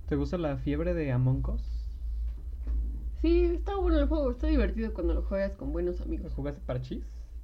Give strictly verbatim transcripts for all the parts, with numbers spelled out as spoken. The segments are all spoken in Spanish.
¿Te gusta la fiebre de Among Us? Sí, está bueno el juego, está divertido cuando lo juegas con buenos amigos. ¿Jugaste parchís?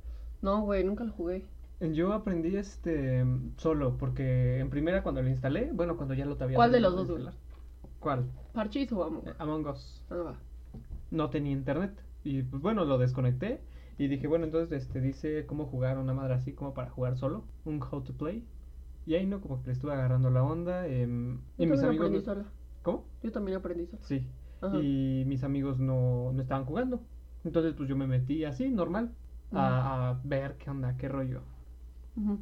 No, güey, nunca lo jugué. Yo aprendí este solo, porque en primera cuando lo instalé, bueno, cuando ya lo te había ¿Cuál de los terminado dos, güey? instalar. ¿Cuál? ¿Parchís o Among Eh, Us? Among Us. Ah, va. No tenía internet. Y pues bueno, lo desconecté. Y dije, bueno, entonces este dice cómo jugar una madre así como para jugar solo. Un how to play. Y ahí no, como que le estuve agarrando la onda. Eh, Yo y mis también amigos. aprendí No... sola. ¿Cómo? Yo también aprendí sola. Sí. Ajá. Y mis amigos no, no estaban jugando. Entonces pues yo me metí así, normal. A, a ver qué onda, qué rollo. Ujú.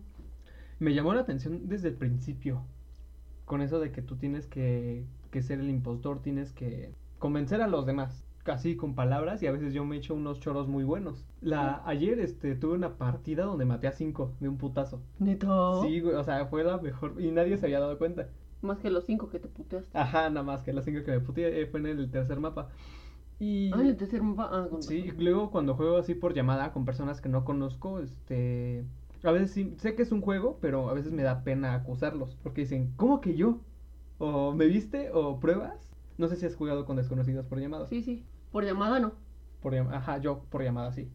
Me llamó la atención desde el principio. Con eso de que tú tienes que, que ser el impostor, tienes que convencer a los demás. Casi con palabras, y a veces yo me echo unos choros muy buenos. La, ayer este, tuve una partida donde maté a cinco de un putazo. ¿Neta? Sí, güey, o sea, fue la mejor. Y nadie se había dado cuenta. Más que los cinco que te puteaste. Ajá, nada más que las cinco que me puteé eh, fue en el tercer mapa. Y Ah, el tercer mapa. Ah, con sí, razón. luego cuando juego así por llamada con personas que no conozco, este, a veces sí, sé que es un juego, pero a veces me da pena acusarlos, porque dicen, ¿cómo que yo? O ¿me viste? O ¿pruebas? No sé si has jugado con desconocidos por llamada. Sí, sí. Por llamada no. Por llam- ajá, yo por llamada sí.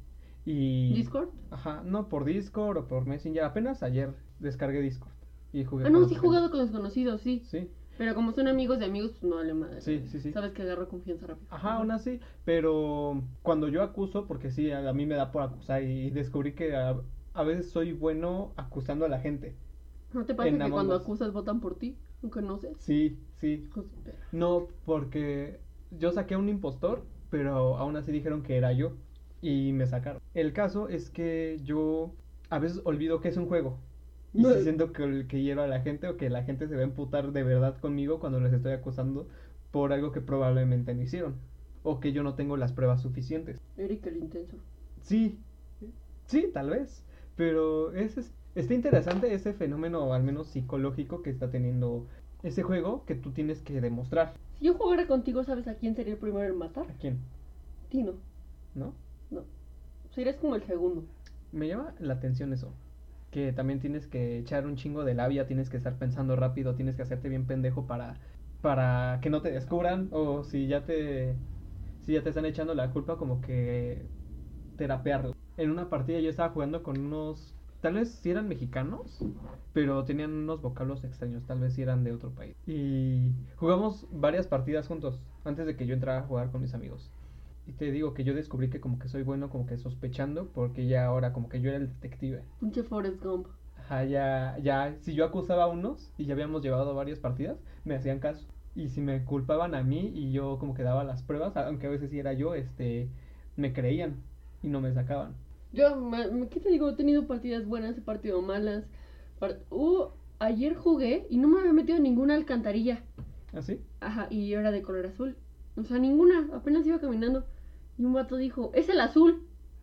Y ¿Discord? ajá, no por Discord o por Messenger, apenas ayer descargué Discord y jugué Ah, con no, otra sí he gente. jugado con desconocidos, sí. Sí. Pero como son amigos de amigos, pues no vale madre. Sí, sí, sí. Sabes que agarro confianza rápido. Ajá, aún así, pero cuando yo acuso, porque sí, a, a mí me da por acusar y descubrí que a, a veces soy bueno acusando a la gente. ¿No te pasa En que Among cuando Us. acusas votan por ti? Aunque no sé. Sí, sí. Hijos de perra. No, porque yo saqué a un impostor, pero aún así dijeron que era yo y me sacaron. El caso es que yo a veces olvido que es un juego. Y No. sí siento que, que hiero a la gente o que la gente se va a emputar de verdad conmigo cuando les estoy acusando por algo que probablemente no hicieron. O que yo no tengo las pruebas suficientes. Eric el intenso. Sí, sí, tal vez. Pero es, es- está interesante ese fenómeno, al menos psicológico, que está teniendo ese juego que tú tienes que demostrar. Si yo jugara contigo, ¿sabes a quién sería el primero en matar? ¿A quién? Tino. ¿No? No. Serías como el segundo. Me llama la atención eso. Que también tienes que echar un chingo de labia, tienes que estar pensando rápido, tienes que hacerte bien pendejo para, para que no te descubran. O si ya te, si ya te están echando la culpa, como que terapearlo. En una partida yo estaba jugando con unos, tal vez sí eran mexicanos, pero tenían unos vocablos extraños, tal vez sí eran de otro país. Y jugamos varias partidas juntos antes de que yo entrara a jugar con mis amigos. Y te digo que yo descubrí que como que soy bueno como que sospechando, porque ya ahora como que yo era el detective. Pinche Forrest Gump. Ajá, ya, ya, si yo acusaba a unos y ya habíamos llevado varias partidas, me hacían caso. Y si me culpaban a mí y yo como que daba las pruebas, aunque a veces sí era yo, este, me creían y no me sacaban. Yo, ma- ma- ¿qué te digo? He tenido partidas buenas, he partido malas. Par- uh, ayer jugué y no me había metido en ninguna alcantarilla. ¿Así? Ajá, y yo era de color azul. O sea, ninguna. Apenas iba caminando. Y un vato dijo, es el azul.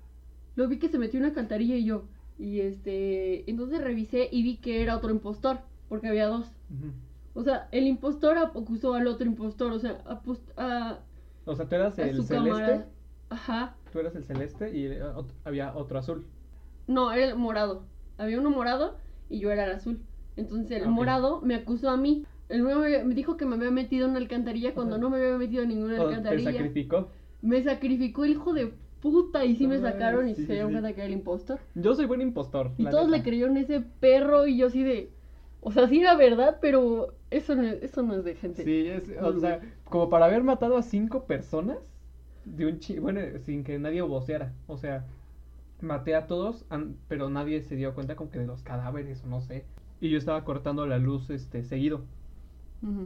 Lo vi que se metió en una alcantarilla y yo. Y este. Entonces revisé y vi que era otro impostor. Porque había dos. Ujú. O sea, el impostor acusó al otro impostor. O sea, apus- a, O sea, tú eras a el su celeste, camarada. Ajá. tú eras el celeste y eh, ot- había otro azul. No, era el morado. Había uno morado y yo era el azul. Entonces el Ah, ok. morado me acusó a mí. El nuevo me me dijo que me había metido en una alcantarilla cuando Ajá. no me había metido en ninguna O te alcantarilla. sacrificó. Me sacrificó el hijo de puta y sí me Ay, sacaron y sí, se dieron sí. cuenta que era el impostor. Yo soy buen impostor. Y la todos neta. le creyeron a ese perro y yo así de... O sea, sí era verdad, pero eso no, es- eso no es de gente. Sí, es, o sea, como para haber matado a cinco personas de un chi bueno, sin que nadie voceara. O sea, maté a todos, an- pero nadie se dio cuenta como que de los cadáveres o no sé. Y yo estaba cortando la luz este seguido. Ujú.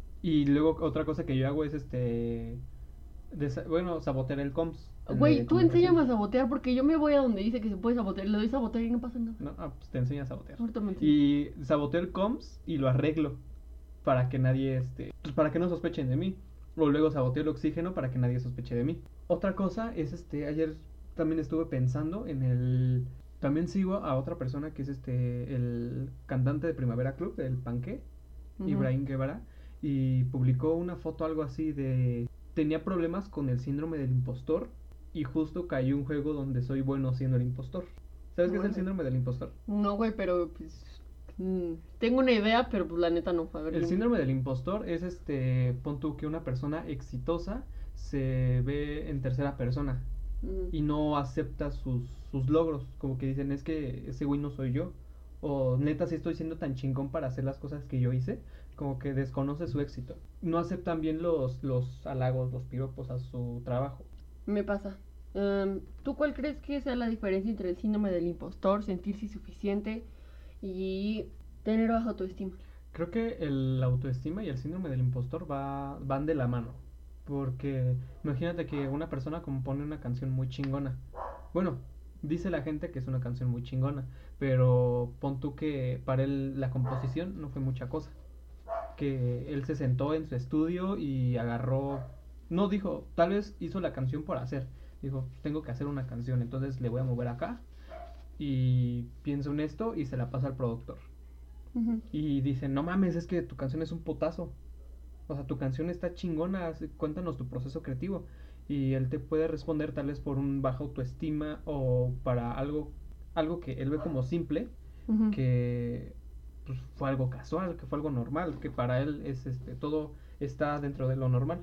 Y luego otra cosa que yo hago es este desa- bueno, sabotear el comms. el Güey, de tú comunicación. enséñame a sabotear porque yo me voy a donde dice que se puede sabotear. Le doy sabotear y no pasa nada. No, ah, pues te enseño a sabotear. Ahorita me enseñas. Y saboteo el comms y lo arreglo para que nadie este, pues para que no sospechen de mí. O luego saboteo el oxígeno para que nadie sospeche de mí. Otra cosa es este, ayer también estuve pensando en el también sigo a otra persona que es este el cantante de Primavera Club, del Panqué, Ujú. Ibrahim Guevara, y publicó una foto algo así de tenía problemas con el síndrome del impostor y justo cayó un juego donde soy bueno siendo el impostor. ¿Sabes qué es el Bueno. síndrome del impostor? No, güey, pero pues Mm, tengo una idea, pero pues la neta no. A ver, El dime. síndrome del impostor es este, pon tú que una persona exitosa se ve en tercera persona Ujú. y no acepta sus, sus logros, como que dicen, es que ese güey no soy yo, o neta sí estoy siendo tan chingón para hacer las cosas que yo hice, como que desconoce su éxito. No aceptan bien los, los halagos, los piropos a su trabajo. Me pasa. Em, ¿Tú cuál crees que sea la diferencia entre el síndrome del impostor, sentirse insuficiente y tener baja autoestima? Creo que el autoestima y el síndrome del impostor va, van de la mano. Porque imagínate que una persona compone una canción muy chingona. Bueno, dice la gente que es una canción muy chingona, pero pon tú que para él la composición no fue mucha cosa. Que él se sentó en su estudio y agarró... No dijo, tal vez hizo la canción por hacer. Dijo, tengo que hacer una canción, entonces le voy a mover acá y pienso en esto y se la pasa al productor. Ujú. Y dicen, no mames, es que tu canción es un putazo. O sea, tu canción está chingona, cuéntanos tu proceso creativo. Y él te puede responder tal vez por un baja autoestima o para algo, algo que él ve como simple, Ujú. que pues, fue algo casual, que fue algo normal, que para él es este todo está dentro de lo normal.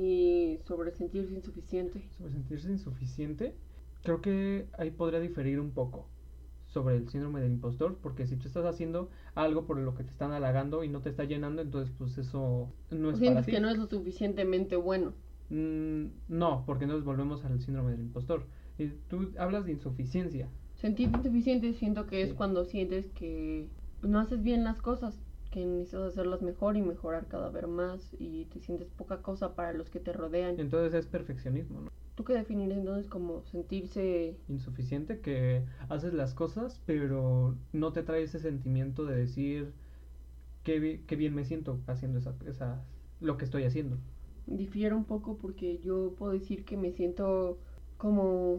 Y sobre sentirse insuficiente. Sobre sentirse insuficiente, creo que ahí podría diferir un poco sobre el síndrome del impostor, porque si tú estás haciendo algo por lo que te están halagando y no te está llenando, entonces pues eso no es para Sientes ti. que no es lo suficientemente bueno. Mm, no, porque entonces volvemos al síndrome del impostor. Y tú hablas de insuficiencia. Sentirte insuficiente siento que es Sí. cuando sientes que no haces bien las cosas, que necesitas hacerlas mejor y mejorar cada vez más y te sientes poca cosa para los que te rodean. Entonces es perfeccionismo, ¿no? ¿Tú qué definirías entonces como sentirse Insuficiente, que haces las cosas, pero no te trae ese sentimiento de decir qué, bi- qué bien me siento haciendo esa, esa, lo que estoy haciendo. difiere un poco? Porque yo puedo decir que me siento como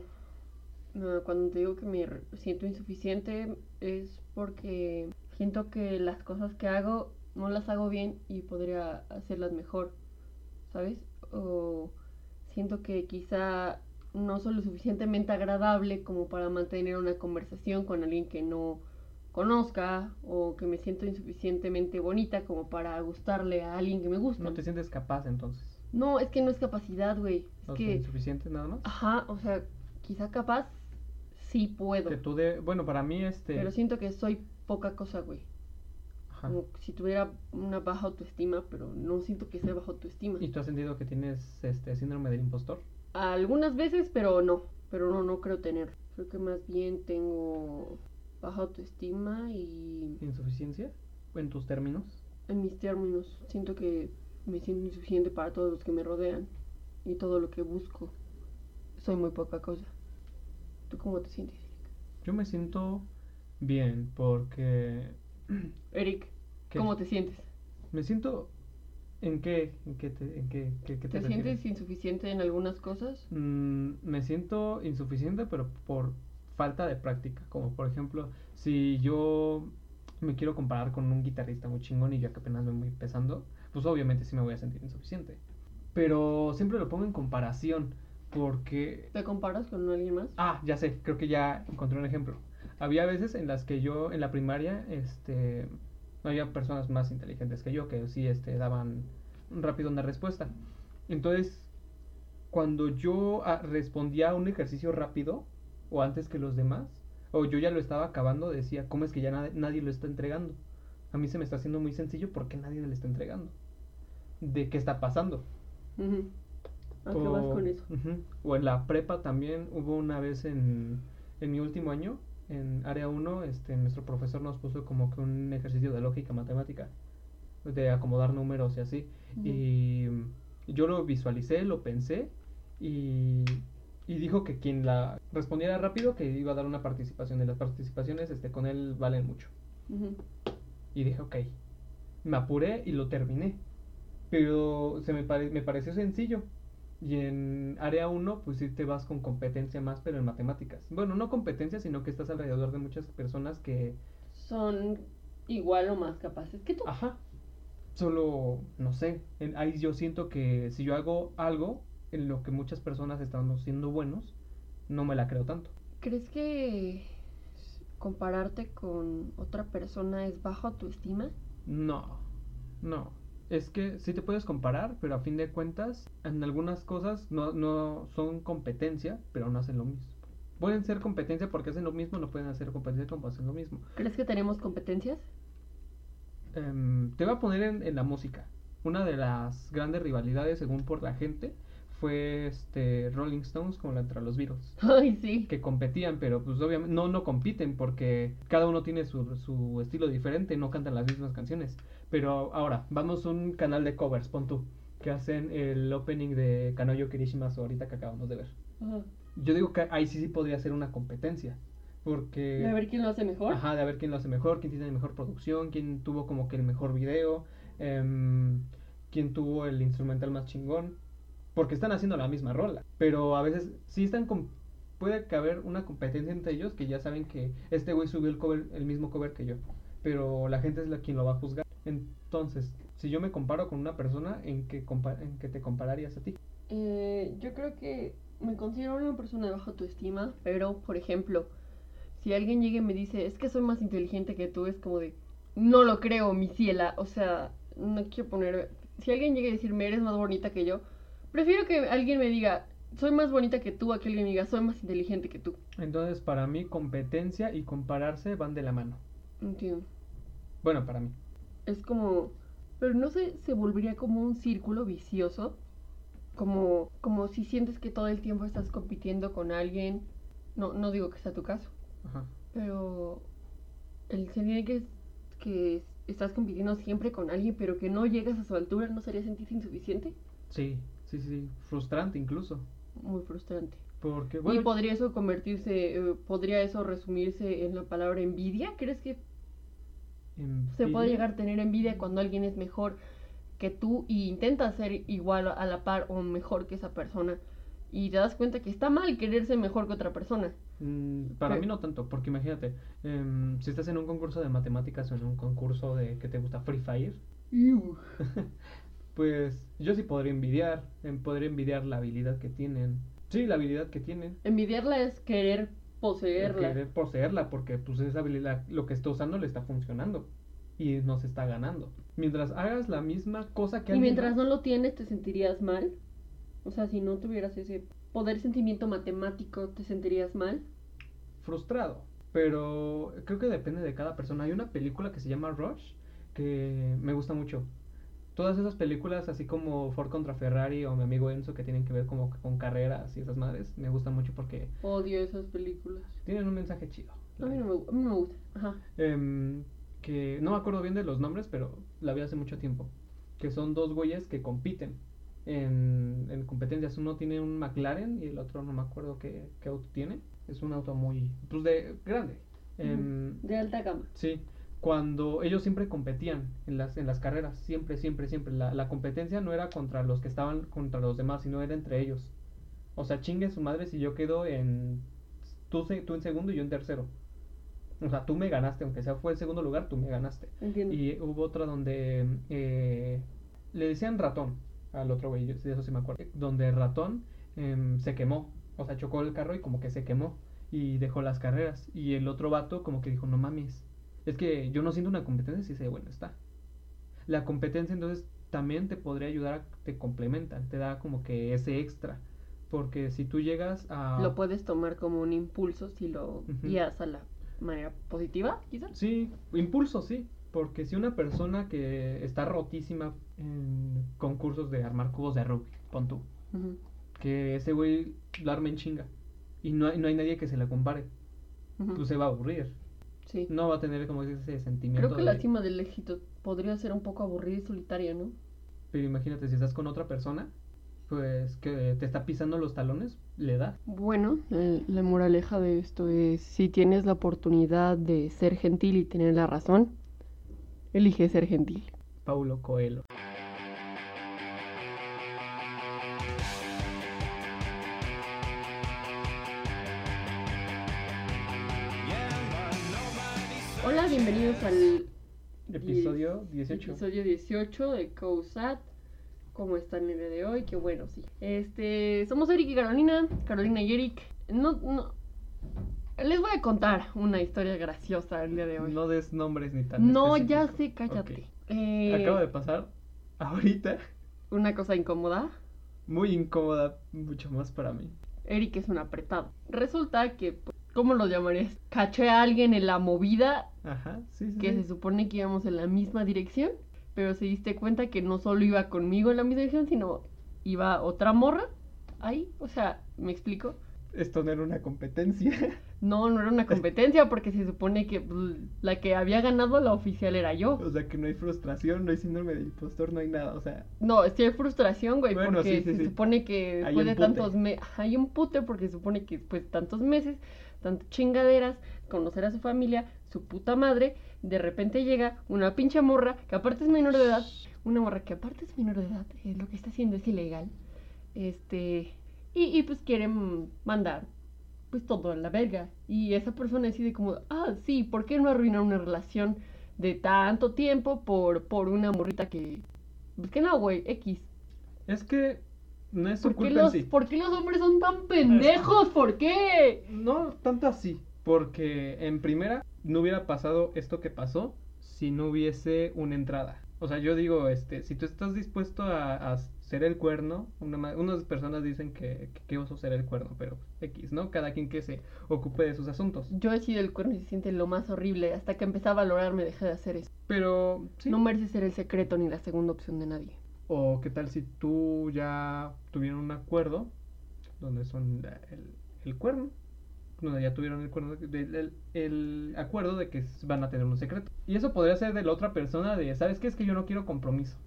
uh, cuando te digo que me re- siento insuficiente es porque siento que las cosas que hago no las hago bien y podría hacerlas mejor, ¿sabes? O siento que quizá no soy lo suficientemente agradable como para mantener una conversación con alguien que no conozca, o que me siento insuficientemente bonita como para gustarle a alguien que me gusta. No te sientes capaz entonces. No, es que no es capacidad, güey. Es O sea, que, insuficiente nada más. ajá, o sea, quizá capaz sí puedo, Que tú de, bueno, para mí este, pero siento que soy poca cosa, güey. ajá. Como si tuviera una baja autoestima, pero no siento que sea baja autoestima. ¿Y tú has sentido que tienes este síndrome del impostor? Algunas veces, pero no, pero no, no creo tener. Creo que más bien tengo baja autoestima y ¿Insuficiencia? En tus términos. en mis términos siento que me siento insuficiente para todos los que me rodean y todo lo que busco. Soy muy poca cosa. ¿Tú cómo te sientes, Yo me siento bien porque Eric? ¿qué? ¿Cómo te sientes? Me siento ¿en qué? ¿En qué te, en qué, qué, qué te ¿Te refieres? sientes insuficiente en algunas cosas? Mm, me siento insuficiente, pero por falta de práctica. Como por ejemplo, si yo me quiero comparar con un guitarrista muy chingón y yo que apenas me voy empezando, pues obviamente sí me voy a sentir insuficiente. Pero siempre lo pongo en comparación porque... ¿Te comparas con alguien más? Ah, ya sé, creo que ya encontré un ejemplo. Había veces en las que yo en la primaria, este, había personas más inteligentes que yo que sí, este, daban rápido una respuesta. Entonces, cuando yo ah, respondía a un ejercicio rápido o antes que los demás, o yo ya lo estaba acabando, decía, ¿cómo es que ya na- nadie lo está entregando? A mí se me está haciendo muy sencillo, ¿por qué nadie lo está entregando? ¿De qué está pasando? Uh-huh. ¿A qué o, vas con eso? Uh-huh. O en la prepa también hubo una vez en, en mi último año, en área uno, este, nuestro profesor nos puso como que un ejercicio de lógica matemática, de acomodar números y así. Uh-huh. Y yo lo visualicé, lo pensé y, y dijo que quien la respondiera rápido que iba a dar una participación. Y las participaciones este, con él valen mucho. Uh-huh. Y dije, ok, me apuré y lo terminé. Pero se me, pare, me pareció sencillo. Y en área uno, pues sí te vas con competencia más, pero en matemáticas. Bueno, no competencia, sino que estás alrededor de muchas personas que... son igual o más capaces que tú. Ajá. Solo, no sé, en, ahí yo siento que si yo hago algo en lo que muchas personas están siendo buenos, no me la creo tanto. ¿Crees que compararte con otra persona es bajo autoestima? No, no. Es que sí te puedes comparar, pero a fin de cuentas, en algunas cosas no, no son competencia, pero no hacen lo mismo. Pueden ser competencia porque hacen lo mismo, no pueden hacer competencia como hacen lo mismo. ¿Crees que tenemos competencias? Um, te voy a poner en, en la música. Una de las grandes rivalidades, según por la gente, fue este Rolling Stones contra los Beatles. Ay, sí. Que competían, pero pues obviamente no, no compiten porque cada uno tiene su, su estilo diferente, no cantan las mismas canciones. Pero ahora, vamos a un canal de covers, pon tú, que hacen el opening de Kanoyo Kirishimasu ahorita que acabamos de ver. Ajá. Yo digo que ahí sí sí podría ser una competencia. Porque... ¿De a ver quién lo hace mejor? Ajá, de a ver quién lo hace mejor, quién tiene mejor producción, quién tuvo como que el mejor video, eh, quién tuvo el instrumental más chingón. Porque están haciendo la misma rola. Pero a veces sí están con... puede haber una competencia entre ellos que ya saben que este güey subió el cover, el mismo cover que yo. Pero la gente es la quien lo va a juzgar. Entonces, si yo me comparo con una persona, ¿en qué, compa- en qué te compararías a ti? Eh, yo creo que me considero una persona de baja autoestima, pero, por ejemplo, si alguien llega y me dice, es que soy más inteligente que tú, es como de, no lo creo, mi ciela. O sea, no quiero poner... Si alguien llega a decirme, eres más bonita que yo, prefiero que alguien me diga, soy más bonita que tú, a que alguien me diga, soy más inteligente que tú. Entonces, para mí, competencia y compararse van de la mano. Entiendo. Bueno, para mí. Es como... Pero no sé, se volvería como un círculo vicioso. Como, como si sientes que todo el tiempo estás compitiendo con alguien. No, no digo que sea tu caso. Ajá. Pero el sentir que, que estás compitiendo siempre con alguien, pero que no llegas a su altura, ¿no sería sentirse insuficiente? Sí, sí, sí. Frustrante incluso. Muy frustrante. Porque, bueno... ¿Y podría eso convertirse, eh, podría eso resumirse en la palabra envidia? ¿Crees que envidia? se puede llegar a tener envidia cuando alguien es mejor que tú y intentas ser igual a la par o mejor que esa persona y te das cuenta que está mal querer ser mejor que otra persona? Mm, para Pero- mí no tanto, porque imagínate, em, si estás en un concurso de matemáticas o en un concurso de que te gusta Free Fire, Iu. pues yo sí podría envidiar, em, podría envidiar la habilidad que tienen. Sí, la habilidad que tienen. Envidiarla es querer poseerla. Querer poseerla, porque pues esa habilidad, lo que está usando le está funcionando y no se está ganando. Mientras hagas la misma cosa que Y alguien mientras más, no lo tienes, te sentirías mal. O sea, si no tuvieras ese poder sentimiento matemático, te sentirías mal. frustrado. Pero creo que depende de cada persona. Hay una película que se llama Rush que me gusta mucho. Todas esas películas, así como Ford contra Ferrari o Mi amigo Enzo, que tienen que ver como que con carreras y esas madres, me gustan mucho porque Odio esas películas. tienen un mensaje chido. A mí no me, gu- a mí no me gusta. Ajá. Em, que no me acuerdo bien de los nombres, pero la vi hace mucho tiempo. Que son dos güeyes que compiten en, en competencias. Uno tiene un McLaren y el otro no me acuerdo qué, qué auto tiene. Es un auto muy, pues de grande. Em, De alta gama. Sí, cuando ellos siempre competían en las, en las carreras, siempre, siempre, siempre. La, la competencia no era contra los que estaban contra los demás, sino era entre ellos. O sea, chingue su madre si yo quedo en... Tú, se- tú en segundo y yo en tercero. O sea, tú me ganaste, aunque sea fue el segundo lugar, tú me ganaste. Entiendo. Y hubo otra donde eh, le decían ratón al otro güey, yo- de eso sí me acuerdo. Donde ratón em, se quemó, o sea, chocó el carro y como que se quemó y dejó las carreras. Y el otro vato como que dijo, no mames, es que yo no siento una competencia si sé, bueno, está. La competencia entonces también te podría ayudar, a, te complementa, te da como que ese extra. Porque si tú llegas a... Lo puedes tomar como un impulso si lo Ujú. guías a la manera positiva, quizás. Sí, impulso, sí. Porque si una persona que está rotísima en concursos de armar cubos de Rubik, pon tú, Ujú, que ese güey la arma en chinga y no hay, no hay nadie que se la compare, ujú. pues se va a aburrir. Sí. No va a tener como ese sentimiento. Creo que de- la cima del éxito podría ser un poco aburrida y solitaria, ¿no? Pero imagínate, si estás con otra persona, pues que te está pisando los talones, le da. Bueno, la, la moraleja de esto es, si tienes la oportunidad de ser gentil y tener la razón, elige ser gentil. Paulo Coelho. Hola, bienvenidos al Episodio dieciocho. episodio dieciocho de COSAT. ¿Cómo están el día de hoy? Qué bueno, sí. Este, somos Eric y Carolina, Carolina y Eric. No, no, Les voy a contar una historia graciosa el día de hoy. No des nombres ni tan No, específicos. ya sé, cállate. Ok. Eh, Acaba de pasar ahorita, Una cosa incómoda. muy incómoda, mucho más para mí. Eric es un apretado. Resulta que, pues, ¿cómo lo llamarías? Caché a alguien en la movida Ajá, sí, sí. que sí. se supone que íbamos en la misma dirección, pero se diste cuenta que no solo iba conmigo en la misma dirección, sino iba otra morra ahí. O sea, ¿me explico? Esto no era una competencia. No, no era una competencia porque se supone que pues, la que había ganado la oficial era yo. O sea que no hay frustración, no hay síndrome del impostor, no hay nada, o sea. No, sí hay frustración, güey, Bueno, porque sí, sí, se sí. supone que Hay después de empute. tantos meses, hay un pute porque se supone que después de tantos meses, tantas chingaderas, conocer a su familia, su puta madre, de repente llega una pinche morra que aparte es menor de edad, una morra que aparte es menor de edad, eh, lo que está haciendo es ilegal, este, y, y pues quieren mandar pues todo a la verga, y esa persona decide como, ah, sí, ¿por qué no arruinar una relación de tanto tiempo por, por una morrita que, pues que no, güey, X? Es que no es su ¿Por qué, culpa los, en sí. ¿Por qué los hombres son tan pendejos? ¿Por qué? No tanto así, porque en primera no hubiera pasado esto que pasó si no hubiese una entrada. O sea, yo digo, este, si tú estás dispuesto a, a ser el cuerno, una, ma- unas personas dicen que, que, que oso ser el cuerno, pero X, ¿no? Cada quien que se ocupe de sus asuntos. Yo he sido el cuerno y se siente lo más horrible. Hasta que empecé a valorarme dejé de hacer eso. Pero, sí. No mereces ser el secreto ni la segunda opción de nadie. O qué tal si tú ya tuvieron un acuerdo donde son la- el, el cuerno, donde ya tuvieron el cuerno, de- el, el- el acuerdo de que s- van a tener un secreto. Y eso podría ser de la otra persona de, ¿sabes qué? Es que yo no quiero compromiso.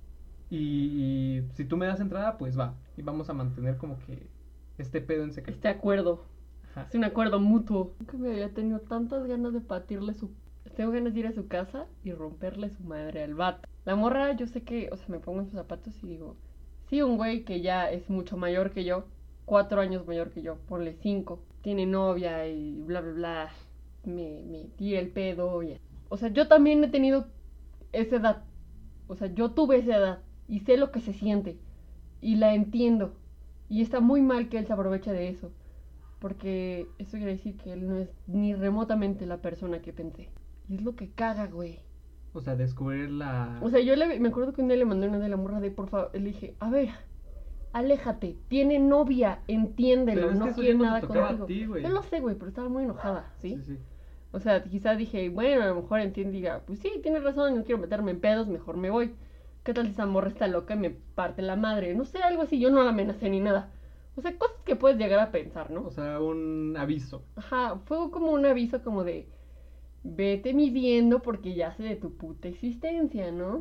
Y, y si tú me das entrada, pues va. Y vamos a mantener como que este pedo en secreto. Este acuerdo. Ajá. Es un acuerdo mutuo. Nunca me había tenido tantas ganas de patirle su... Tengo ganas de ir a su casa y romperle su madre al vato. La morra, yo sé que, o sea, me pongo en sus zapatos y digo, sí, un güey que ya es mucho mayor que yo, cuatro años mayor que yo, ponle cinco, tiene novia y bla, bla, bla, me, me tira el pedo y... O sea, yo también he tenido esa edad. O sea, yo tuve esa edad y sé lo que se siente y la entiendo. Y está muy mal que él se aproveche de eso. Porque eso quiere decir que él no es ni remotamente la persona que pensé. Y es lo que caga, güey. O sea, descubrir la... O sea, yo le, me acuerdo que un día le mandé una de la morra de, por favor, le dije, a ver, aléjate, tiene novia, entiéndelo, Pero es que no eso quiere ya no te nada tocaba a contigo. ti, güey. Yo lo sé, güey, pero estaba muy enojada, ¿sí? Sí, sí. O sea, quizás dije, bueno, a lo mejor entiende y diga, pues sí, tienes razón, no quiero meterme en pedos, mejor me voy. ¿Qué tal si esa morra está loca y me parte la madre? No sé, algo así, yo no la amenacé ni nada. O sea, cosas que puedes llegar a pensar, ¿no? O sea, un aviso. Ajá, fue como un aviso como de, vete midiendo porque ya sé de tu puta existencia, ¿no?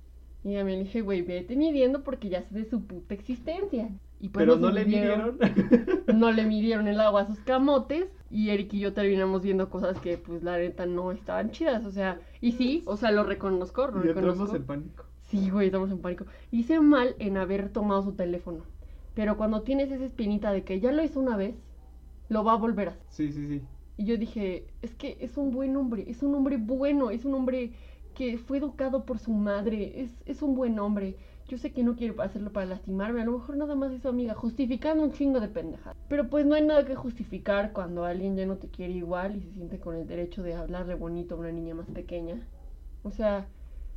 Y ya me dije, güey, vete midiendo porque ya sé de su puta existencia. Y pues Pero no no se le midieron. no le midieron el agua a sus camotes y Eric y yo terminamos viendo cosas que pues la neta no estaban chidas, o sea, y sí, o sea, lo reconozco, lo Y entramos reconozco. en pánico. Sí, güey, estamos en pánico. Hice mal en haber tomado su teléfono, pero cuando tienes esa espinita de que ya lo hizo una vez, lo va a volver a hacer. Sí, sí, sí. Y yo dije, es que es un buen hombre, es un hombre bueno, es un hombre que fue educado por su madre, es, es un buen hombre. Yo sé que no quiere hacerlo para lastimarme, a lo mejor nada más es su amiga, justificando un chingo de pendejadas. Pero pues no hay nada que justificar cuando alguien ya no te quiere igual y se siente con el derecho de hablarle bonito a una niña más pequeña. O sea,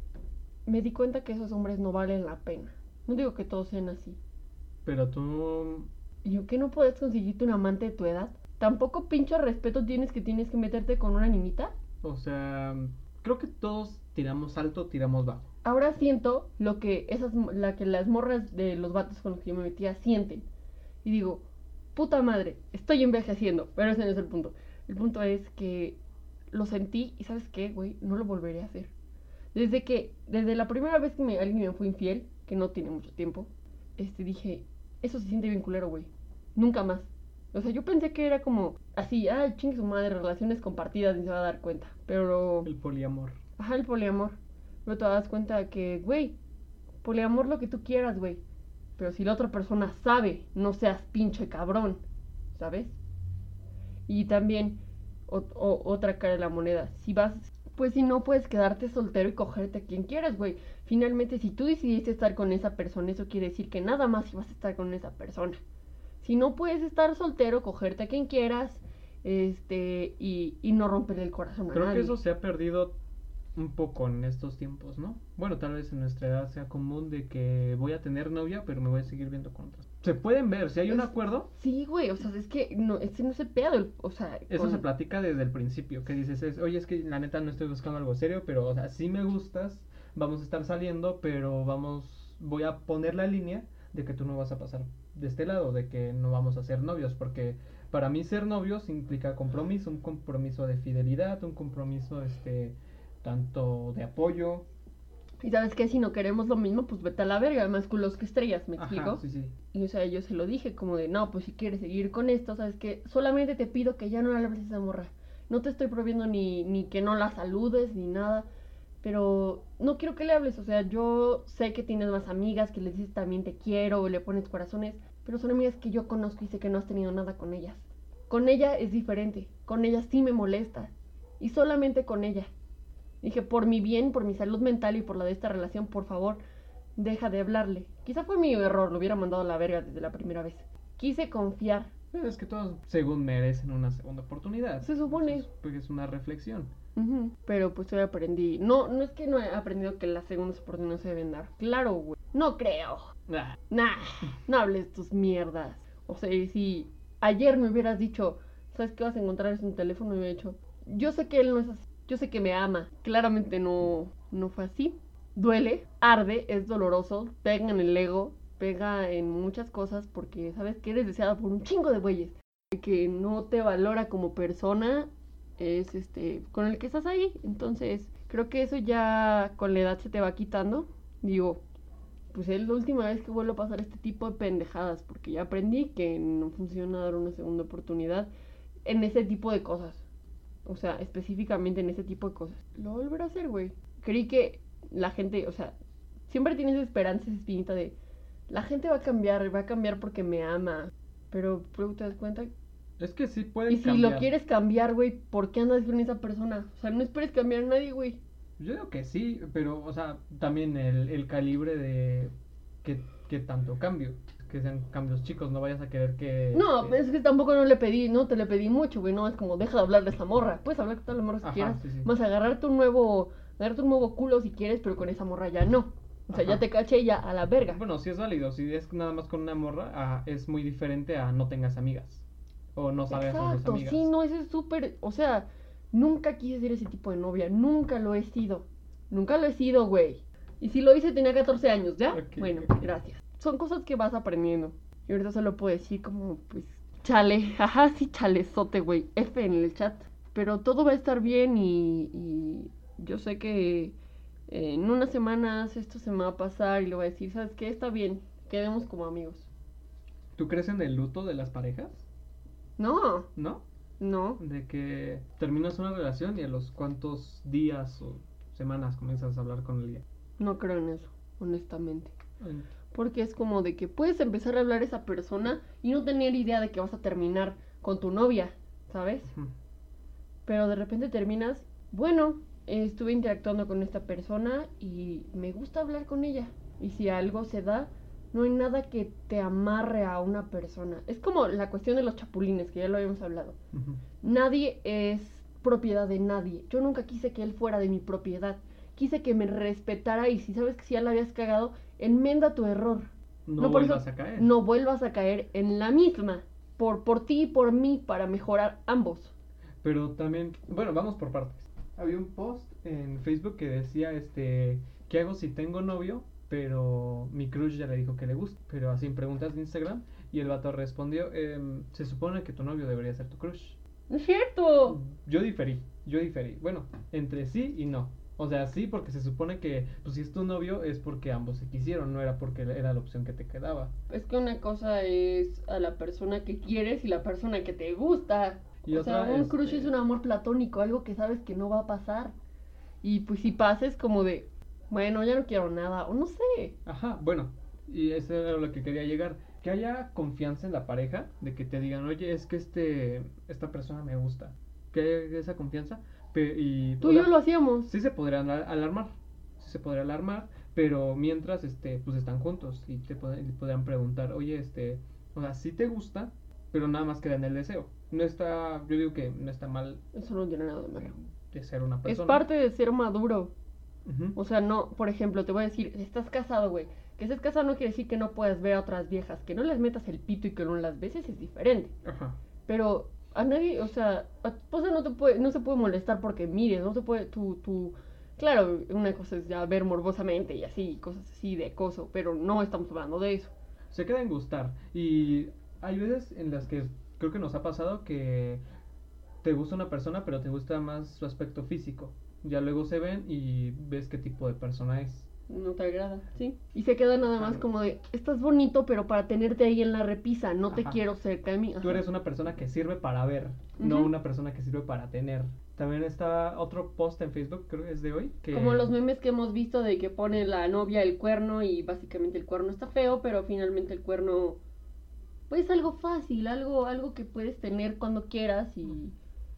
me di cuenta que esos hombres no valen la pena. No digo que todos sean así. Pero tú... ¿Y yo que no puedes conseguirte un amante de tu edad? ¿Tampoco pinche respeto tienes que tienes que meterte con una niñita? O sea, creo que todos tiramos alto, tiramos bajo. Ahora siento lo que esas la que las morras de los vatos con los que yo me metía sienten. Y digo, puta madre, estoy envejeciendo, pero ese no es el punto. El punto es que lo sentí y ¿sabes qué, güey? No lo volveré a hacer. Desde que, desde la primera vez que me, alguien me fue infiel, que no tiene mucho tiempo, este dije, eso se siente bien culero, güey. Nunca más. O sea, yo pensé que era como así, ay, chingue su madre, relaciones compartidas, ni se va a dar cuenta. Pero... El poliamor. Ajá, el poliamor. Pero te das cuenta que, güey, poliamor lo que tú quieras, güey. Pero si la otra persona sabe, no seas pinche cabrón, ¿sabes? Y también, o, o, otra cara de la moneda, si vas, pues si no puedes quedarte soltero y cogerte a quien quieras, güey. Finalmente, si tú decidiste estar con esa persona, eso quiere decir que nada más ibas a estar con esa persona. Si no puedes estar soltero, cogerte a quien quieras este, y, y no romperle el corazón a Creo nadie. que eso se ha perdido un poco en estos tiempos, ¿no? Bueno, tal vez en nuestra edad sea común de que voy a tener novia, pero me voy a seguir viendo con otras. Se pueden ver, si hay un Es- acuerdo, Sí, güey, o sea, es que no, ese no es el pedo, el- o sea, eso con- se platica desde el principio, que dices, es, oye, es que la neta no estoy buscando algo serio, pero, o sea, sí me gustas, vamos a estar saliendo, pero vamos, voy a poner la línea de que tú no vas a pasar de este lado, de que no vamos a ser novios, porque para mí ser novios implica compromiso, un compromiso de fidelidad, un compromiso, este, tanto de apoyo. Y sabes que si no queremos lo mismo, pues vete a la verga, más culos que estrellas, ¿me explico? Ajá, sí, sí. Y o sea, yo se lo dije, como de, no, pues si quieres seguir con esto, sabes que solamente te pido que ya no le hables a esa morra. No te estoy prohibiendo ni, ni que no la saludes, ni nada. Pero no quiero que le hables, o sea, yo sé que tienes más amigas, que les dices también te quiero, o le pones corazones, pero son amigas que yo conozco y sé que no has tenido nada con ellas. Con ella es diferente, con ella sí me molesta, y solamente con ella. Dije, por mi bien, por mi salud mental y por la de esta relación, por favor, deja de hablarle. Quizá fue mi error, lo hubiera mandado a la verga desde la primera vez. Quise confiar. Pero es que todos, según merecen una segunda oportunidad. Se supone. Entonces, pues es una reflexión. Ujú. Pero pues hoy aprendí. No, no es que no he aprendido que las segundas oportunidades se deben dar. Claro, güey. No creo. Ah, Nah, no hables tus mierdas. O sea, si ayer me hubieras dicho, ¿sabes qué vas a encontrar en su teléfono? Y me hubiera dicho, yo sé que él no es así. Yo sé que me ama. Claramente no, no fue así. Duele, arde, es doloroso, pega en el ego, pega en muchas cosas porque sabes que eres deseada por un chingo de güeyes. Que no te valora como persona es este con el que estás ahí. Entonces, creo que eso ya con la edad se te va quitando. Digo, pues es la última vez que vuelvo a pasar este tipo de pendejadas porque ya aprendí que no funciona dar una segunda oportunidad en ese tipo de cosas. O sea, específicamente en ese tipo de cosas. Lo volveré a hacer, güey. Creí que la gente, o sea, siempre tienes esa esperanza, esa espinita de la gente va a cambiar, va a cambiar porque me ama. Pero luego te das cuenta. es que sí pueden Y si cambiar. lo quieres cambiar, güey, ¿por qué andas con esa persona? O sea, no esperes cambiar a nadie, güey. Yo digo que sí, pero, o sea, también el, el calibre de que, que tanto cambio. Que sean cambios chicos, no vayas a querer que... No, que- es que tampoco no le pedí, no te le pedí mucho, güey. No es como deja de hablarle a esa morra. Puedes hablar con todas las morras que Ajá, quieras. sí, sí. Más agarrarte un nuevo, agarrarte un nuevo culo si quieres, pero con esa morra ya no. O sea, Ajá. ya te caché ya a la verga. Bueno, sí es válido, si es nada más con una morra, ah, es muy diferente a no tengas amigas. O no sabes a tus Exacto, amigas. sí, no, eso es súper, o sea, nunca quise ser ese tipo de novia, nunca lo he sido, nunca lo he sido, güey. Y si lo hice tenía catorce años, ¿ya? Ok, Bueno, ok. gracias. Son cosas que vas aprendiendo. Y ahorita solo puedo decir como, pues, chale, ajá, sí, chalezote, güey, F en el chat. Pero todo va a estar bien y, y yo sé que eh, en unas semanas esto se me va a pasar y le voy a decir, ¿sabes qué? Está bien, quedemos como amigos. ¿Tú crees en el luto de las parejas? No, ¿No? no. De que terminas una relación y a los cuantos días o semanas comienzas a hablar con alguien. No creo en eso, honestamente. En- Porque es como de que puedes empezar a hablar a esa persona y no tener idea de que vas a terminar con tu novia, ¿sabes? Ujú. Pero de repente terminas, bueno, eh, estuve interactuando con esta persona y me gusta hablar con ella. Y si algo se da, no hay nada que te amarre a una persona. Es como la cuestión de los chapulines, que ya lo habíamos hablado. Ujú. Nadie es propiedad de nadie. Yo nunca quise que él fuera de mi propiedad. Quise que me respetara y si sabes que si ya la habías cagado, enmenda tu error. No, No, por vuelvas eso a caer. no vuelvas a caer en la misma. Por, por ti y por mí, para mejorar ambos. Pero también, bueno, vamos por partes. Había un post en Facebook que decía, este, ¿qué hago si tengo novio? Pero mi crush ya le dijo que le gusta. Pero así en preguntas de Instagram. Y el vato respondió, em, se supone que tu novio debería ser tu crush. ¡No es cierto! Yo diferí, yo diferí. Bueno, entre sí y no. O sea, sí, porque se supone que, pues si es tu novio es porque ambos se quisieron, no era porque era la opción que te quedaba. Es que una cosa es a la persona que quieres y la persona que te gusta. Y o sea, otra, un este- crush es un amor platónico, algo que sabes que no va a pasar. Y pues si pasa es como de, bueno, ya no quiero nada, o no sé. Ajá, bueno, y eso era lo que quería llegar. Que haya confianza en la pareja, de que te digan, oye, es que este esta persona me gusta. Que haya esa confianza. pe- y, Tú o y sea, yo lo hacíamos. sí se podría alar- alarmar, sí se podría alarmar, pero mientras, este, pues están juntos y te pod- y podrían preguntar, oye, este, o sea, sí te gusta, pero nada más queda en el deseo. No está, yo digo que no está mal Eso no tiene nada de malo. de ser una persona. Es parte de ser maduro. Ujú. O sea, no, por ejemplo, te voy a decir, estás casado, güey. Que estés casado no quiere decir que no puedas ver a otras viejas. Que no les metas el pito y que no las beses es diferente. Ajá. Pero a nadie, o sea, a tu esposa no te puede, no se puede molestar porque mires, no se puede, tu, tu, claro, una cosa es ya ver morbosamente y así, cosas así de acoso, pero no estamos hablando de eso. Se queda en gustar. Y hay veces en las que creo que nos ha pasado que te gusta una persona, pero te gusta más su aspecto físico. Ya luego se ven y ves qué tipo de persona es. No te agrada, ¿sí? Y se queda nada más Ajá. como de, estás bonito, pero para tenerte ahí en la repisa, no te Ajá. quiero cerca de mí. Tú Ajá. eres una persona que sirve para ver, no Ujú. una persona que sirve para tener. También está otro post en Facebook, creo que es de hoy, que... Como los memes que hemos visto de que pone la novia el cuerno y básicamente el cuerno está feo, pero finalmente el cuerno, pues algo fácil, algo, algo que puedes tener cuando quieras y,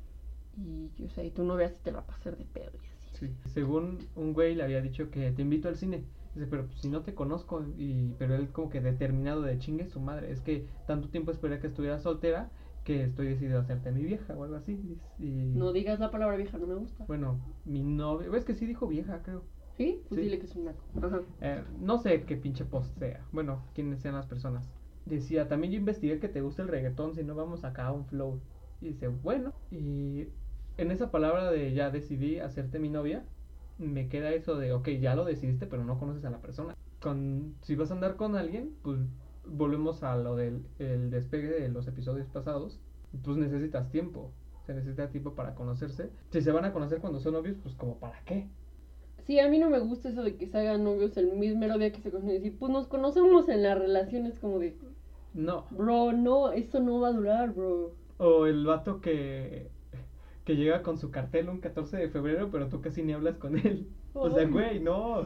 y, o sea, y tu novia se te va a pasar de pedo y así. Sí. Según un güey le había dicho que te invito al cine. Dice, pero pues, si no te conozco, y pero él como que determinado de chingue su madre. Es que tanto tiempo esperé que estuviera soltera que estoy decidido a hacerte mi vieja o algo así. Y, No digas la palabra vieja, no me gusta. bueno, mi novia, es que sí dijo vieja, creo. ¿Sí? Pues Sí. dile que es un naco. Ajá. Eh, no sé qué pinche post sea. Bueno, quiénes sean las personas. Decía, también yo investigué que te gusta el reggaetón, si no vamos acá a un flow. Y dice, bueno. Y en esa palabra de ya decidí hacerte mi novia, me queda eso de, ok, ya lo decidiste, pero no conoces a la persona. Con, si vas a andar con alguien, pues volvemos a lo del el despegue de los episodios pasados. Pues necesitas tiempo. Se necesita tiempo para conocerse. Si se van a conocer cuando son novios, pues como para qué. Sí, a mí no me gusta eso de que se hagan novios el mismo día que se conocen y decir, pues nos conocemos en la relación, es como de, No. bro, no, eso no va a durar, bro. O el vato que, que llega con su cartel un catorce de febrero, pero tú casi ni hablas con él. O sea, Ay. güey, no.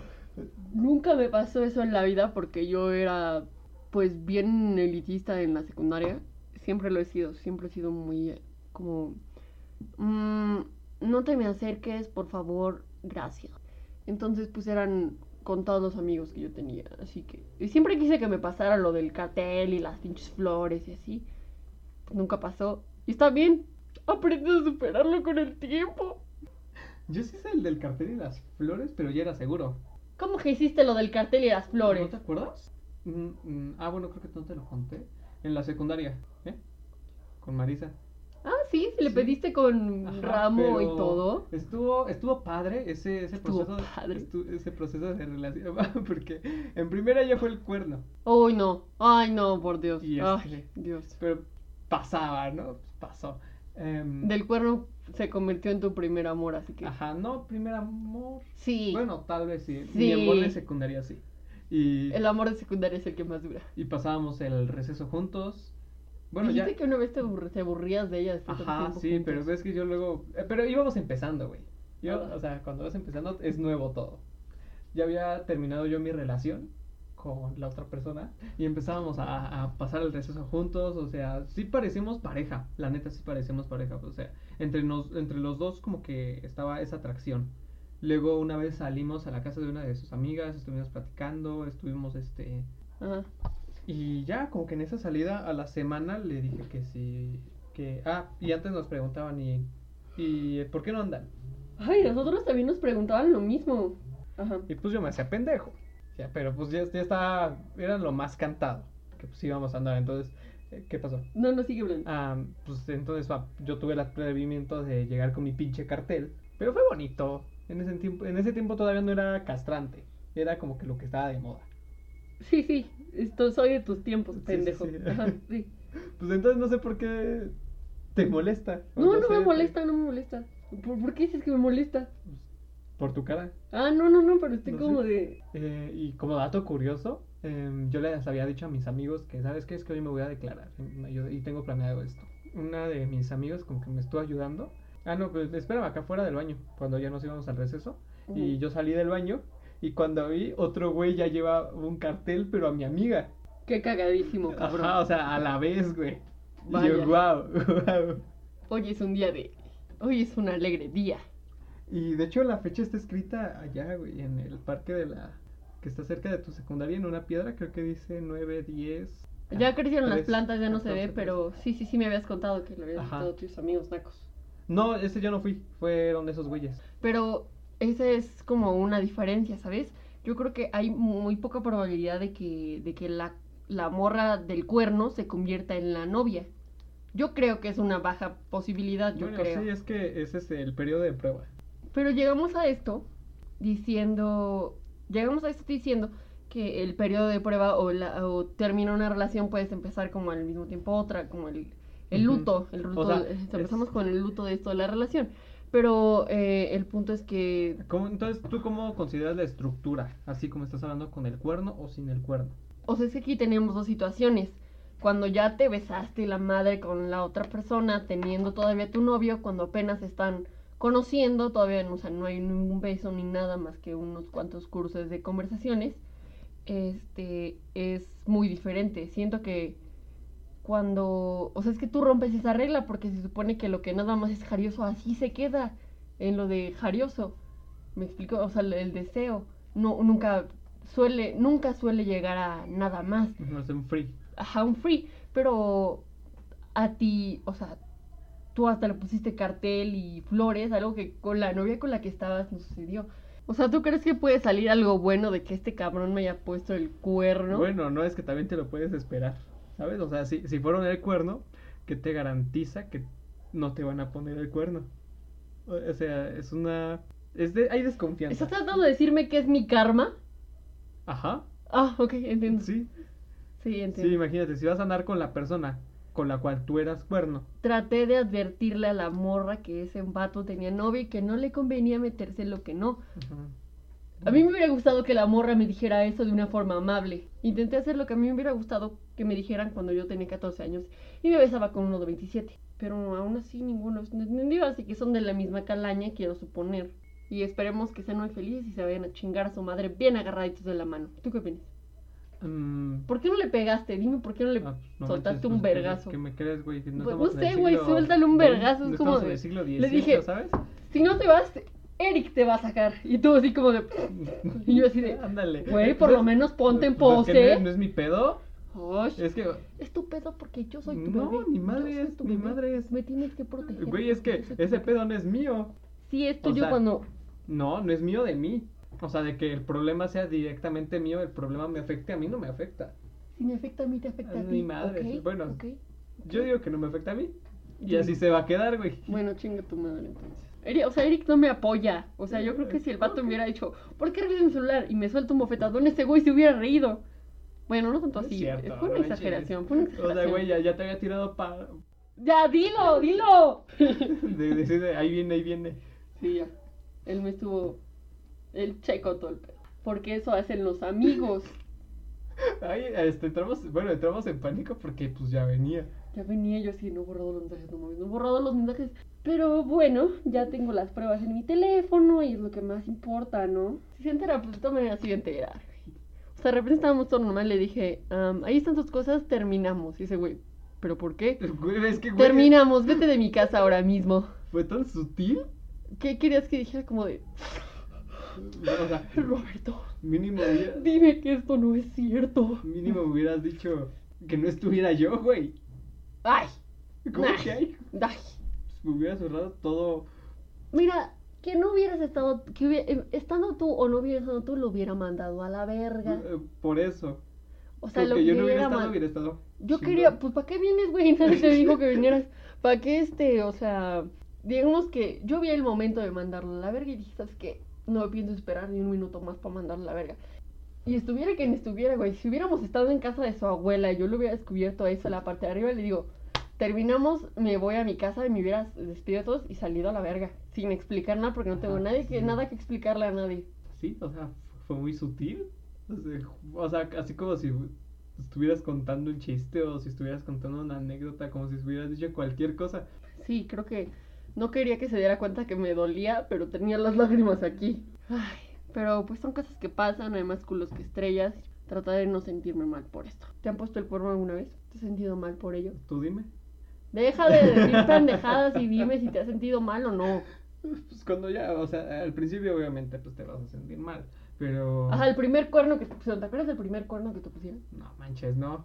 Nunca me pasó eso en la vida porque yo era, pues, bien elitista en la secundaria. Siempre lo he sido, siempre he sido muy, eh, como, mm, no te me acerques, por favor, gracias. Entonces, pues, eran contados los amigos que yo tenía, así que... Y siempre quise que me pasara lo del cartel y las pinches flores y así. Nunca pasó. Y está bien, aprendí a superarlo con el tiempo. Yo sí sé el del cartel y las flores, pero ya era seguro. ¿Cómo que hiciste lo del cartel y las flores? ¿No te acuerdas? Mm, mm, ah, bueno, creo que no te lo conté. En la secundaria, ¿eh? Con Marisa. Ah, sí, si le Sí. pediste con Ajá, ramo y pero todo. Estuvo, estuvo padre ese, ese Estuvo proceso. padre. estu- ese proceso de relación. Porque en primera ya fue el cuerno. Uy, no. Ay, no, por Dios. Y Ay, este- Dios. Pero pasaba, ¿no? Pasó. Em, Del cuerno se convirtió en tu primer amor, así que... Ajá, no, primer amor. Sí. Bueno, tal vez sí. Sí. Mi amor de secundaria sí. Y, El amor de secundaria es el que más dura. y pasábamos el receso juntos. Bueno, Dijiste ya. que una vez te, aburr- te aburrías de ella después de tanto Ajá, tiempo sí, juntos. pero ves que yo luego. eh, pero íbamos empezando, güey. Yo, Ah. o sea, cuando vas empezando es nuevo todo. Ya había terminado yo mi relación con la otra persona y empezábamos a, a pasar el receso juntos. O sea, sí parecíamos pareja. La neta, sí parecíamos pareja. O sea, entre, nos, entre los dos, como que estaba esa atracción. Luego, una vez salimos a la casa de una de sus amigas, estuvimos platicando, estuvimos este. Ajá. Y ya, como que en esa salida a la semana le dije que sí, que... Ah, y antes nos preguntaban, ¿y, y por qué no andan? Ay, nosotros también nos preguntaban lo mismo. Ajá. Y pues yo me hacía pendejo. Ya, pero pues ya, ya estaba, era lo más cantado, que pues íbamos a andar, entonces, eh, ¿qué pasó? No, no sigue hablando. Ah, pues entonces ah, yo tuve el atrevimiento de llegar con mi pinche cartel, pero fue bonito. En ese tiempo, en ese tiempo todavía no era castrante, era como que lo que estaba de moda. Sí, sí, esto, soy de tus tiempos, Sí, sí, pendejo. sí. Ajá, sí. Pues entonces no sé por qué te molesta. o No, no sé, me te- molesta, no me molesta. ¿Por, por qué dices que me molesta? Por tu cara. Ah, no, no, no, pero estoy No como sé. de... Eh, y como dato curioso, em, yo les había dicho a mis amigos que, ¿sabes qué? Es que hoy me voy a declarar. em, yo- y tengo planeado esto. Una de mis amigos como que me estuvo ayudando. Ah, no, pues espérame acá fuera del baño, cuando ya nos íbamos al receso. Y Ujú. yo salí del baño y cuando vi, otro güey ya lleva un cartel, pero a mi amiga. Qué cagadísimo, cabrón. Ajá, o sea, a la vez, güey. Y Vaya. yo, wow, wow. Hoy es un día de... Hoy es un alegre día. Y de hecho la fecha está escrita allá, güey, en el parque de la... que está cerca de tu secundaria, en una piedra, creo que dice nueve diez Ya crecieron las Tres, plantas, ya no se catorce, ve, pero sí, sí, sí me habías contado que lo habías Ajá. visitado tus amigos nacos. No, ese yo no fui, fueron esos güeyes. Pero esa es como una diferencia, ¿sabes? Yo creo que hay muy poca probabilidad de que, de que la, la morra del cuerno se convierta en la novia. Yo creo que es una baja posibilidad, yo Bueno, creo. sí, es que ese es el periodo de prueba. Pero llegamos a esto diciendo, llegamos a esto diciendo que el periodo de prueba o, la, o termina una relación puedes empezar como al mismo tiempo otra, como el, el luto, el luto, O sea, eh, empezamos es- con el luto de esto de la relación. Pero eh, el punto es que ¿Cómo- entonces, ¿tú cómo consideras la estructura? Así como estás hablando con el cuerno o sin el cuerno. o sea, es que aquí tenemos dos situaciones. Cuando ya te besaste la madre con la otra persona, teniendo todavía tu novio, cuando apenas están conociendo, todavía no, o sea, no hay ningún beso ni nada más que unos cuantos cursos de conversaciones, este, es muy diferente. Siento que cuando, o sea, es que tú rompes esa regla porque se supone que lo que nada más es jarioso así se queda en lo de jarioso. ¿Me explico? O sea, el, el deseo no nunca suele nunca suele llegar a nada más. No es un free. Ajá, un free, pero a ti, o sea, tú hasta le pusiste cartel y flores, algo que con la novia con la que estabas no sucedió. O sea, ¿tú crees que puede salir algo bueno de que este cabrón me haya puesto el cuerno? Bueno, no es que también te lo puedes esperar, ¿sabes? O sea, si, si fueron el cuerno, ¿qué te garantiza que no te van a poner el cuerno? O o sea, es una... Es de... Hay desconfianza. ¿Estás tratando de decirme que es mi karma? Ajá, Ah, ok, entiendo. sí. Sí, entiendo. Sí, imagínate, si vas a andar con la persona con la cual tú eras cuerno. Traté de advertirle a la morra que ese vato tenía novia y que no le convenía meterse en lo que no. Ajá. A mí me hubiera gustado que la morra me dijera eso de una forma amable. Intenté hacer lo que a mí me hubiera gustado que me dijeran cuando yo tenía catorce años y me besaba con uno de veintisiete. Pero aún así ninguno es entendido, así que son de la misma calaña, quiero suponer. Y esperemos que sean muy felices y se vayan a chingar a su madre bien agarraditos de la mano. ¿Tú qué opinas? Mm, ¿Por qué no le pegaste? Dime por qué no le ah, no soltaste manches, un pues, ¿qué- vergazo. ¿Qué me crees, güey? Que no Pues, estamos no en el sé, güey, siglo suéltale un veinte, vergazo, es no como estamos de- en el siglo le dieciocho, dije- ¿sabes? Si no te vas, Eric te va a sacar. Y tú así como de... Y yo así de... Ándale. Güey, por lo menos ponte en Pues, es que no pose. es- no es mi pedo. Osh, Es que, es tu pedo porque yo soy tu No, bebé. mi Yo madre soy es- tu mi bebé. madre es- Me tienes que proteger. güey, es que porque yo soy tu ese bebé. pedo no es mío. Sí, es o tuyo sea, cuando... No, no es mío de mí. O sea, de que el problema sea directamente mío, el problema me afecte, a mí no me afecta. Si me afecta a mí, te afecta a A ti. mi madre, ¿ok? bueno. ¿ok? Yo digo que no me afecta a mí. Y Sí. así se va a quedar, güey. Bueno, chinga tu madre entonces. Eri- o sea, Eric no me apoya. O sea, yo creo que si el vato me hubiera dicho, ¿por qué revisas mi celular? Y me suelta un bofetadón, ese güey se hubiera reído. Bueno, no tanto No es así. cierto, fue una no exageración, manches. fue una O exageración. sea, güey, ya, ya te había tirado pa... Ya, dilo, dilo. De decir, de, ahí viene, ahí viene. Sí, ya. Él me estuvo... Él checó todo el pedo. Porque eso hacen los amigos. Ahí, este, entramos, bueno, entramos en pánico porque pues ya venía. Ya venía yo así, no he borrado los mensajes, no mames, no he borrado los mensajes. Pero bueno, ya tengo las pruebas en mi teléfono y es lo que más importa, ¿no? Si se entera, pues de todas maneras sí se entera. O sea, de repente estábamos todo normal, le dije, "Am, ahí están tus cosas, terminamos." Y ese güey, ¿pero por qué? Güey, es que, güey, Terminamos, vete de mi casa ahora mismo. fue tan sutil. ¿Qué querías que dijera? Como de, O sea, Roberto, mínimo hubiera- dime que esto no es cierto. mínimo me hubieras dicho que no estuviera yo, güey. Ay, ¿Cómo Nah. que hay? ay. Me hubieras ahorrado todo. Mira, que no hubieras estado, que hubiera- eh, estando tú o no hubieras estado tú, lo hubiera mandado a la verga. eh, Por eso. O sea, lo Porque yo no hubiera hubiera estado, man- hubiera estado. Yo chingón. quería, pues, ¿para qué vienes, güey? Nadie te dijo que vinieras. ¿Para qué este? O sea, digamos que yo vi el momento de mandarlo a la verga y dije, ¿sabes qué? No me pienso esperar ni un minuto más para mandarlo a la verga. Y estuviera quien estuviera, güey. Si hubiéramos estado en casa de su abuela y yo lo hubiera descubierto a eso, la parte de arriba, le digo, terminamos, me voy a mi casa y me hubieras despedido de todos y salido a la verga. Sin explicar nada, porque no tengo Ajá, nadie que, sí. nada que explicarle a nadie. Sí, o sea, fue muy sutil. O sea, o sea, así como si estuvieras contando un chiste o si estuvieras contando una anécdota, como si hubieras dicho cualquier cosa. Sí, creo que no quería que se diera cuenta que me dolía, pero tenía las lágrimas aquí. Ay, pero pues son cosas que pasan, hay más culos que estrellas. Trataré de no sentirme mal por esto. ¿Te han puesto el cuerno alguna vez? ¿Te has sentido mal por ello? Tú dime. Deja de decir pendejadas y dime si te has sentido mal o no. Pues cuando ya, o sea, al principio obviamente pues te vas a sentir mal, pero... Ajá, el primer cuerno que te pusieron, ¿te acuerdas del primer cuerno que te pusieron? No manches, no.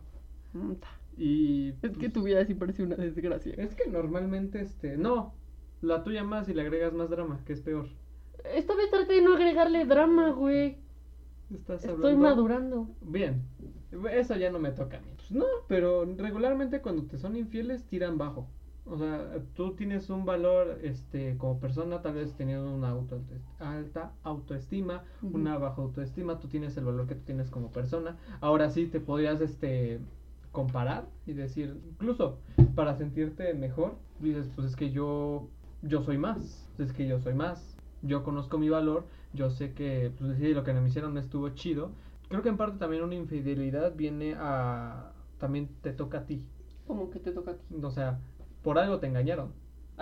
Mm, ta. Y Es pues, que tu vida sí parece una desgracia. es que normalmente, este, no, la tuya más y le agregas más drama, que es peor. Esta vez traté de no agregarle drama, güey. Estás Estoy hablando... madurando. Bien, eso ya no me toca a mí. Pues no, pero regularmente cuando te son infieles tiran bajo. O sea, tú tienes un valor, este, como persona, tal vez teniendo una auto alta autoestima, Ujú. una baja autoestima, tú tienes el valor que tú tienes como persona. Ahora sí te podrías, este, comparar y decir, incluso para sentirte mejor, dices, pues es que yo, yo soy más, es que yo soy más, yo conozco mi valor, yo sé que, pues sí, lo que me hicieron no estuvo chido. Creo que en parte también una infidelidad viene a, también te toca a ti, ¿Cómo que te toca a ti? o sea, por algo te engañaron.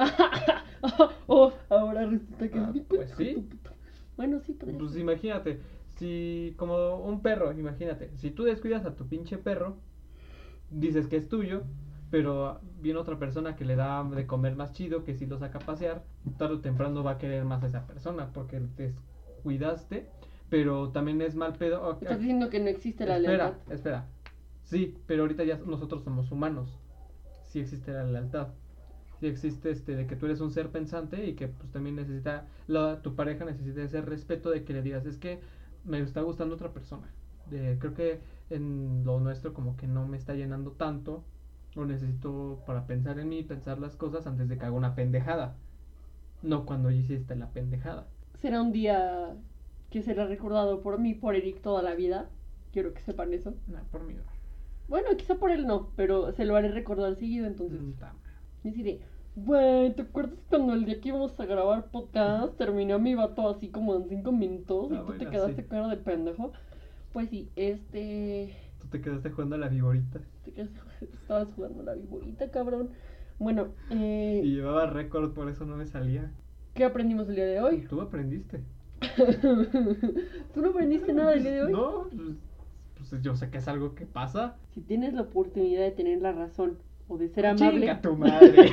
Oh, ahora resulta que Ah, es mi pues culpa, sí. tu puta. Bueno, sí, podría Pues ser. imagínate, si como un perro, imagínate, si tú descuidas a tu pinche perro, dices que es tuyo, pero viene otra persona que le da de comer más chido, que si lo saca a pasear, tarde o temprano va a querer más a esa persona porque te descuidaste, pero también es mal pedo. ok, Estás diciendo que no existe la espera, lealtad. espera. Sí, pero ahorita ya nosotros somos humanos. Sí existe la lealtad. Sí existe este de que tú eres un ser pensante y que pues también necesita la, tu pareja necesita ese respeto de que le digas, es que me está gustando otra persona. De, creo que en lo nuestro como que no me está llenando tanto o necesito para pensar en mí, pensar las cosas antes de que haga una pendejada. No cuando ya hiciste la pendejada. Será un día que será recordado por mí, por Eric toda la vida. Quiero que sepan eso. No, por mí no. Bueno, quizá por él no, pero se lo haré recordar seguido, entonces. Mm, ta- Y diré, güey, ¿te acuerdas cuando el día que íbamos a grabar podcast terminé a mi vato así como en cinco minutos y Ah, tú te bueno, quedaste sí. cara de pendejo? Pues sí, este... Tú te quedaste jugando a la viborita. te quedaste- estabas jugando la viborita, cabrón. Bueno, eh... Y llevaba récord, por eso no me salía. ¿qué aprendimos el día de hoy? Tú aprendiste. ¿Tú no aprendiste nada el día de hoy? No, pues, pues yo sé que es algo que pasa. Si tienes la oportunidad de tener la razón o de ser amable... Chinga tu madre.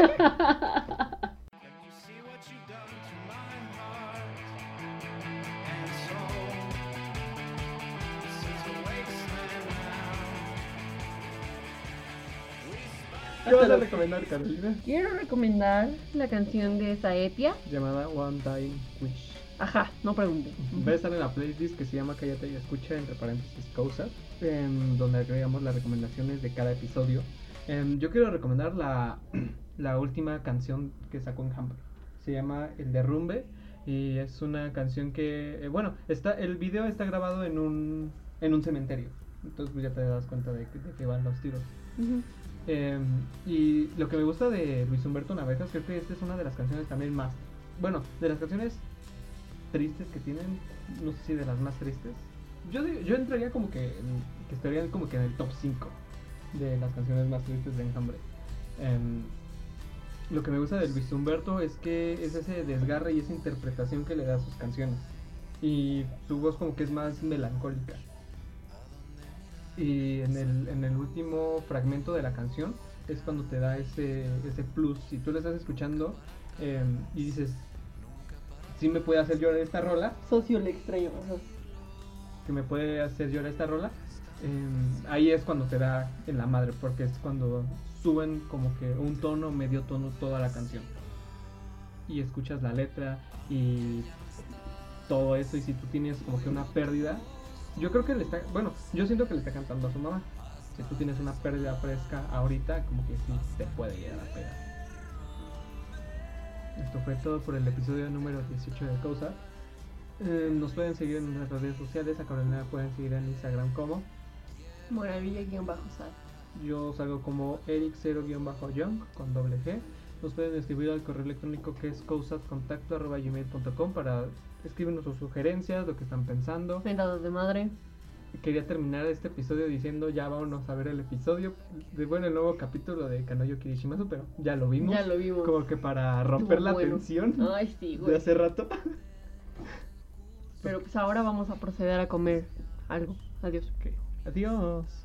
¿Qué vas a recomendar, Carolina? Quiero recomendar la canción de Saetia. Llamada One Time Wish. Ajá, no pregunte. Va a estar en la playlist que se llama Cállate y Escucha, entre paréntesis, Cosas, em, donde agregamos las recomendaciones de cada episodio. Em, yo quiero recomendar la, la última canción que sacó Enjambre. Se llama El Derrumbe y es una canción que, eh, bueno, está el video está grabado en un, en un cementerio. Entonces pues ya te das cuenta de, que- de que van los tiros. Ujú. Eh, y lo que me gusta de Luis Humberto Navejas, creo que esta es una de las canciones también más, bueno, de las canciones tristes que tienen, no sé si de las más tristes. Yo digo- yo entraría como que, en- que estarían como que en el top cinco de las canciones más tristes de Enjambre. Em, lo que me gusta de Luis Humberto es que es ese desgarre y esa interpretación que le da a sus canciones. Y su voz como que es más melancólica. Y en el, en el último fragmento de la canción es cuando te da ese, ese plus. Si tú lo estás escuchando em, y dices, sí me puede hacer llorar esta rola, Socio le extraño. Ajá. que me puede hacer llorar esta rola, em, ahí es cuando te da en la madre, porque es cuando suben como que un tono, medio tono toda la canción. Y escuchas la letra y todo eso, y si tú tienes como que una pérdida, yo creo que le está, bueno, yo siento que le está cantando a su mamá. Si tú tienes una pérdida fresca ahorita, como que sí te puede llegar a pegar. Esto fue todo por el episodio número dieciocho de Causa. Eh, nos pueden seguir en nuestras redes sociales. A Carolina la pueden seguir en Instagram como Moravilla-sad. yo salgo como Eric cero young con doble G. Nos pueden escribir al correo electrónico que es cousatcontacto arroba gmail punto com para escribirnos sus sugerencias, lo que están pensando. Mentadas de madre. Quería terminar este episodio diciendo ya vámonos a ver el episodio de, bueno, el nuevo capítulo de Kanoyo Kirishimasu, pero ya lo vimos. Ya lo vimos. Como que para romper Estuvo la bueno. tensión Ay, sí, de güey. hace rato. Pero pues ahora vamos a proceder a comer algo. Adiós. Ok, adiós.